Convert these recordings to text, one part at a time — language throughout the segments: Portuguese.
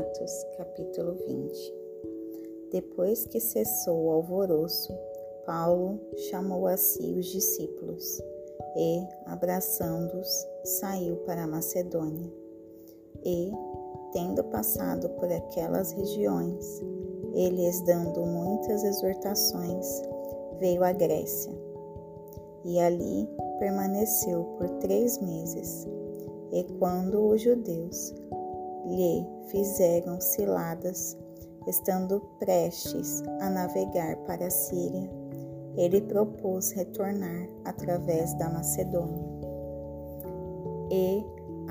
Atos, capítulo 20. Depois que cessou o alvoroço, Paulo chamou a si os discípulos e, abraçando-os, saiu para a Macedônia. E, tendo passado por aquelas regiões, eles dando muitas exortações, veio à Grécia. E ali permaneceu por 3 meses. E quando os judeus lhe fizeram ciladas, estando prestes a navegar para a Síria, ele propôs retornar através da Macedônia. E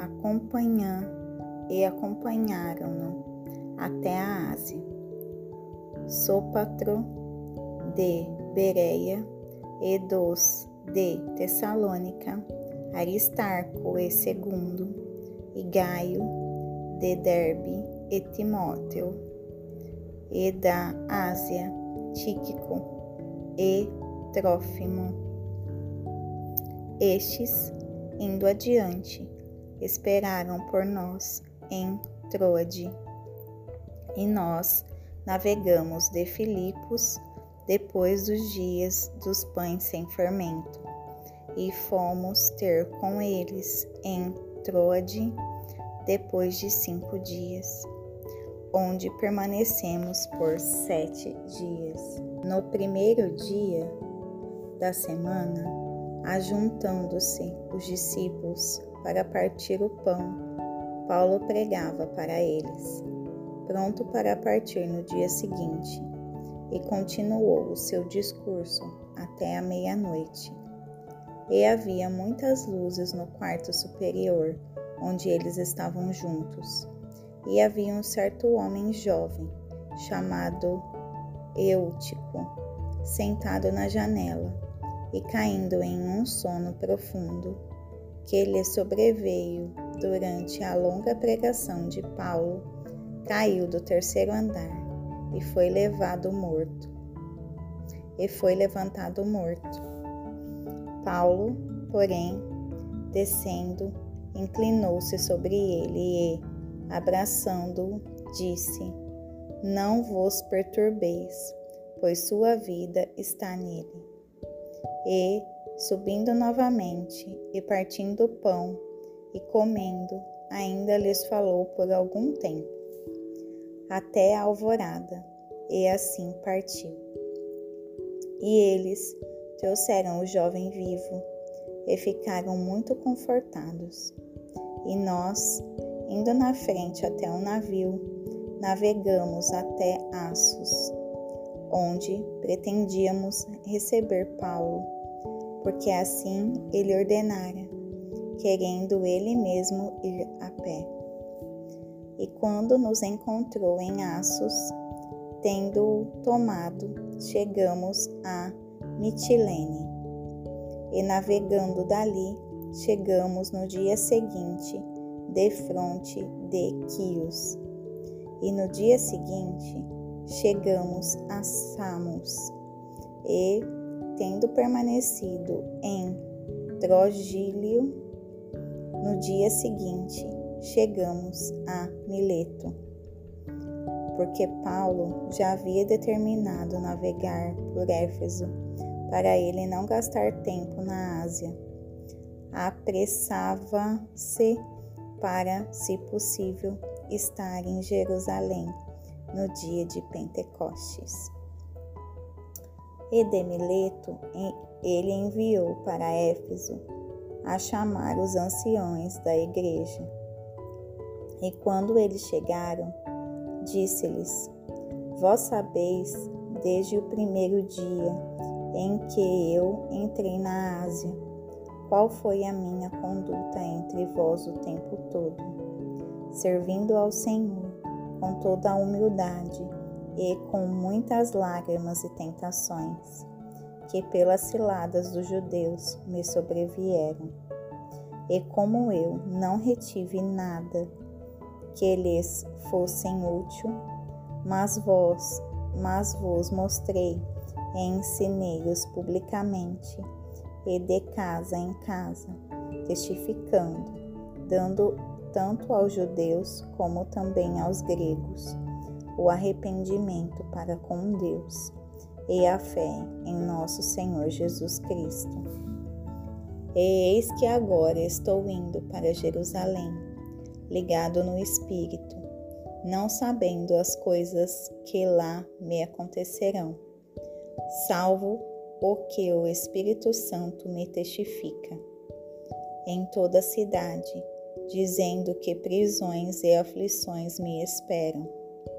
acompanharam-no até a Ásia. Sópatro de Bereia e dos de Tessalônica, Aristarco e Segundo, e Gaio de Derbe e Timóteo, e da Ásia, Tíquico e Trófimo. Estes, indo adiante, esperaram por nós em Troade, e nós navegamos de Filipos depois dos dias dos pães sem fermento, e fomos ter com eles em Troade depois de 5 dias, onde permanecemos por 7 dias. No primeiro dia da semana, ajuntando-se os discípulos para partir o pão, Paulo pregava para eles, pronto para partir no dia seguinte, e continuou o seu discurso até a meia-noite. E havia muitas luzes no quarto superior, onde eles estavam juntos. E havia um certo homem jovem, chamado Eutico, sentado na janela, e caindo em um sono profundo, que lhe sobreveio durante a longa pregação de Paulo, caiu do 3º andar, e foi levantado morto. Paulo, porém, descendo, inclinou-se sobre ele e, abraçando-o, disse: Não vos perturbeis, pois sua vida está nele. E, subindo novamente e partindo o pão e comendo, ainda lhes falou por algum tempo, até a alvorada, e assim partiu. E eles trouxeram o jovem vivo e ficaram muito confortados. E nós, indo na frente até o navio, navegamos até Assos, onde pretendíamos receber Paulo, porque assim ele ordenara, querendo ele mesmo ir a pé. E quando nos encontrou em Assos, tendo-o tomado, chegamos a Mitilene, e navegando dali, chegamos no dia seguinte defronte de Quios, e no dia seguinte chegamos a Samos, e, tendo permanecido em Trogílio, no dia seguinte chegamos a Mileto, porque Paulo já havia determinado navegar por Éfeso, para ele não gastar tempo na Ásia. Apressava-se para, se possível, estar em Jerusalém no dia de Pentecostes. E de Mileto ele enviou para Éfeso a chamar os anciões da igreja. E quando eles chegaram, disse-lhes: Vós sabeis, desde o primeiro dia em que eu entrei na Ásia, qual foi a minha conduta entre vós o tempo todo, servindo ao Senhor com toda a humildade e com muitas lágrimas e tentações, que pelas ciladas dos judeus me sobrevieram. E como eu não retive nada que lhes fossem útil, mas vos mostrei e ensinei-os publicamente e de casa em casa, testificando, dando tanto aos judeus como também aos gregos, o arrependimento para com Deus e a fé em nosso Senhor Jesus Cristo. E eis que agora estou indo para Jerusalém, ligado no Espírito, não sabendo as coisas que lá me acontecerão, salvo o que o Espírito Santo me testifica em toda a cidade, dizendo que prisões e aflições me esperam.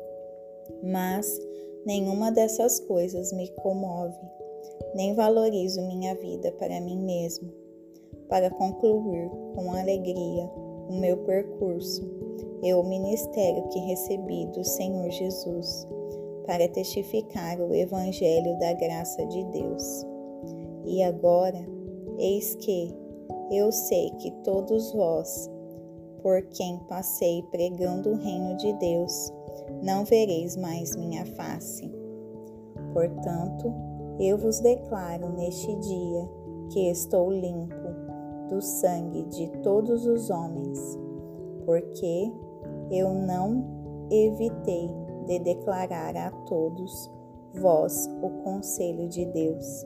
Mas nenhuma dessas coisas me comove, nem valorizo minha vida para mim mesmo, para concluir com alegria o meu percurso e o ministério que recebi do Senhor Jesus, para testificar o Evangelho da graça de Deus. E agora, eis que eu sei que todos vós, por quem passei pregando o reino de Deus, não vereis mais minha face. Portanto, eu vos declaro neste dia que estou limpo do sangue de todos os homens, porque eu não evitei de declarar a todos vós o conselho de Deus.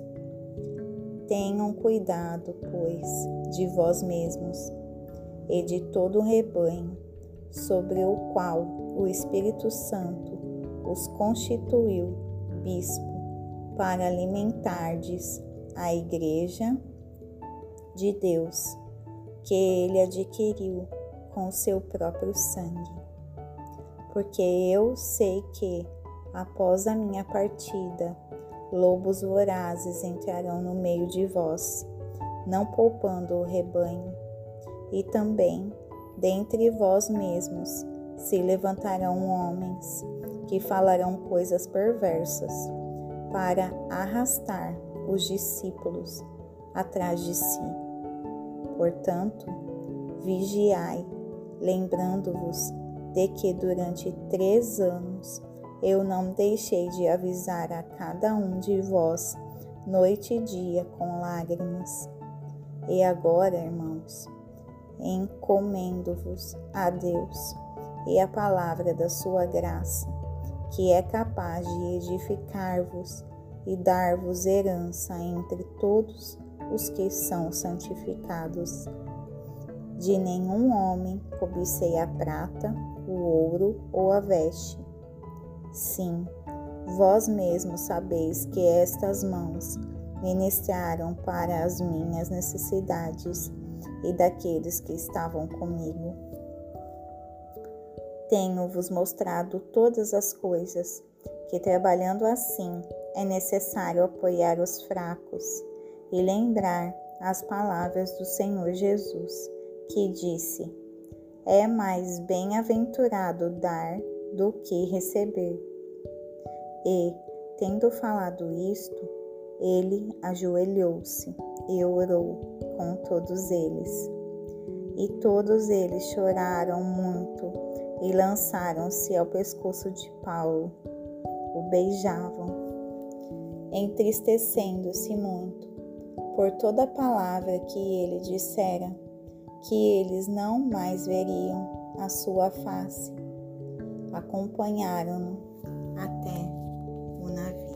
Tenham cuidado, pois, de vós mesmos e de todo o rebanho, sobre o qual o Espírito Santo os constituiu bispo, para alimentardes a igreja de Deus, que ele adquiriu com seu próprio sangue. Porque eu sei que, após a minha partida, lobos vorazes entrarão no meio de vós, não poupando o rebanho, e também, dentre vós mesmos, se levantarão homens que falarão coisas perversas, para arrastar os discípulos atrás de si. Portanto, vigiai, lembrando-vos de que durante 3 anos eu não deixei de avisar a cada um de vós, noite e dia, com lágrimas. E agora, irmãos, encomendo-vos a Deus e a palavra da sua graça, que é capaz de edificar-vos e dar-vos herança entre todos os que são santificados. De nenhum homem cobicei a prata, o ouro ou a veste. Sim, vós mesmos sabeis que estas mãos ministraram para as minhas necessidades e daqueles que estavam comigo. Tenho-vos mostrado todas as coisas, que trabalhando assim é necessário apoiar os fracos e lembrar as palavras do Senhor Jesus, que disse: é mais bem-aventurado dar do que receber. E, tendo falado isto, ele ajoelhou-se e orou com todos eles. E todos eles choraram muito e lançaram-se ao pescoço de Paulo, o beijavam, entristecendo-se muito por toda a palavra que ele dissera, que eles não mais veriam a sua face. Acompanharam-no até o navio.